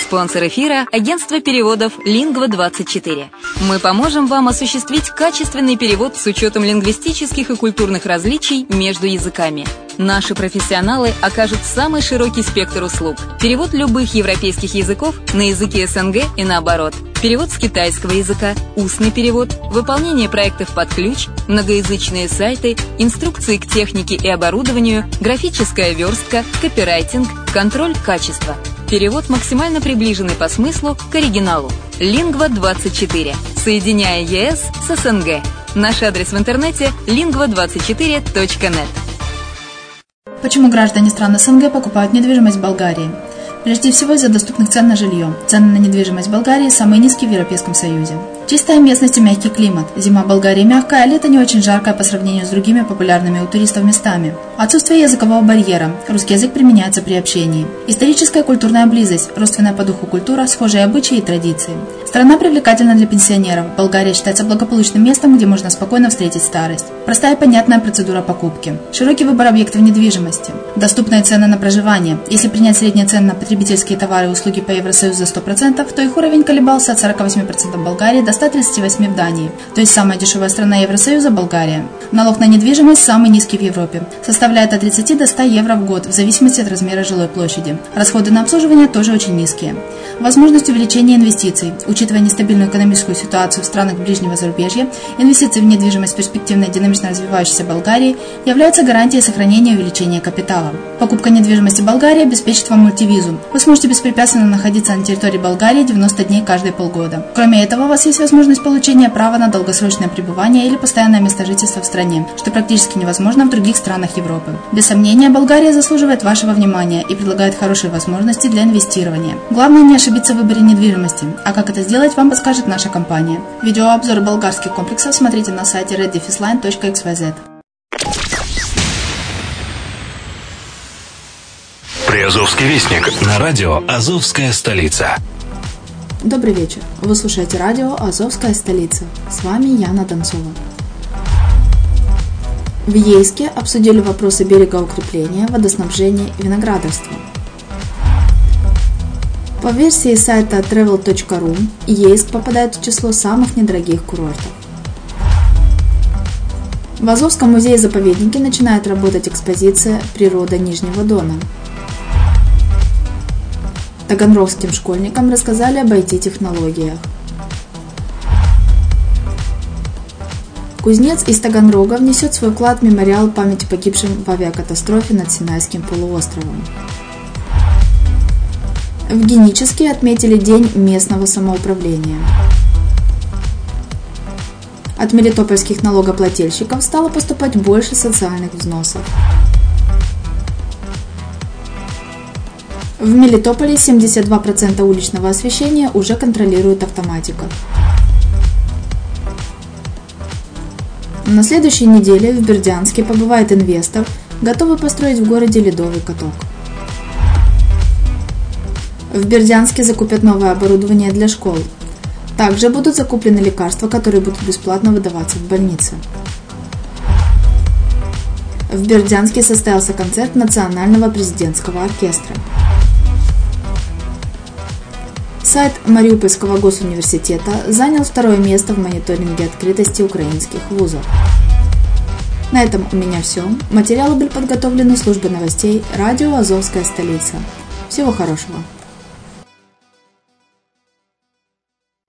Спонсор эфира – агентство переводов Lingva24. Мы поможем вам осуществить качественный перевод с учетом лингвистических и культурных различий между языками. Наши профессионалы окажут самый широкий спектр услуг. Перевод любых европейских языков на языки СНГ и наоборот. Перевод с китайского языка, устный перевод, выполнение проектов под ключ, многоязычные сайты, инструкции к технике и оборудованию, графическая верстка, копирайтинг, контроль качества. Перевод максимально приближенный по смыслу к оригиналу. Lingva24. Соединяя ЕС с СНГ. Наш адрес в интернете lingva24.net. Почему граждане стран СНГ покупают недвижимость в Болгарии? Прежде всего из-за доступных цен на жилье. Цены на недвижимость в Болгарии самые низкие в Европейском Союзе. Чистая местность и мягкий климат. Зима в Болгарии мягкая, а лето не очень жаркое по сравнению с другими популярными у туристов местами. Отсутствие языкового барьера. Русский язык применяется при общении. Историческая и культурная близость. Родственная по духу культура, схожие обычаи и традиции. Страна привлекательна для пенсионеров. Болгария считается благополучным местом, где можно спокойно встретить старость. Простая и понятная процедура покупки. Широкий выбор объектов недвижимости. Доступные цены на проживание. Если принять средние цены на потребительские товары и услуги по Евросоюзу за 100%, то их уровень колебался от 48% в Болгарии до 138% в Дании. То есть самая дешевая страна Евросоюза – Болгария. Налог на недвижимость самый низкий в Европе. Составляет от 30 до 100 евро в год, в зависимости от размера жилой площади. Расходы на обслуживание тоже очень низкие. Возможность увеличения инвестиций. Учитывая нестабильную экономическую ситуацию в странах ближнего зарубежья, инвестиции в недвижимость в перспективной динамично развивающейся Болгарии являются гарантией сохранения и увеличения капитала. Покупка недвижимости в Болгарии обеспечит вам мультивизу. Вы сможете беспрепятственно находиться на территории Болгарии 90 дней каждые полгода. Кроме этого, у вас есть возможность получения права на долгосрочное пребывание или постоянное место жительства в стране, что практически невозможно в других странах Европы. Без сомнения, Болгария заслуживает вашего внимания и предлагает хорошие возможности для инвестирования. Главное не ошибиться в выборе недвижимости, а как это сделать, вам подскажет наша компания. Видеообзор болгарских комплексов смотрите на сайте reddefisline.xyz. Приазовский вестник на радио «Азовская столица». Добрый вечер. Вы слушаете радио «Азовская столица». С вами Яна Донцова. В Ейске обсудили вопросы берегоукрепления, водоснабжения и виноградарства. По версии сайта travel.ru, Ейск попадает в число самых недорогих курортов. В Азовском музее-заповеднике начинает работать экспозиция «Природа Нижнего Дона». Таганрогским школьникам рассказали об IT-технологиях. Кузнец из Таганрога внесет свой вклад в мемориал памяти погибшим в авиакатастрофе над Синайским полуостровом. В Геническе отметили День местного самоуправления. От мелитопольских налогоплательщиков стало поступать больше социальных взносов. В Мелитополе 72% уличного освещения уже контролирует автоматика. На следующей неделе в Бердянске побывает инвестор, готовый построить в городе ледовый каток. В Бердянске закупят новое оборудование для школ. Также будут закуплены лекарства, которые будут бесплатно выдаваться в больнице. В Бердянске состоялся концерт Национального президентского оркестра. Сайт Мариупольского госуниверситета занял второе место в мониторинге открытости украинских вузов. На этом у меня все. Материалы были подготовлены службой новостей радио «Азовская столица». Всего хорошего!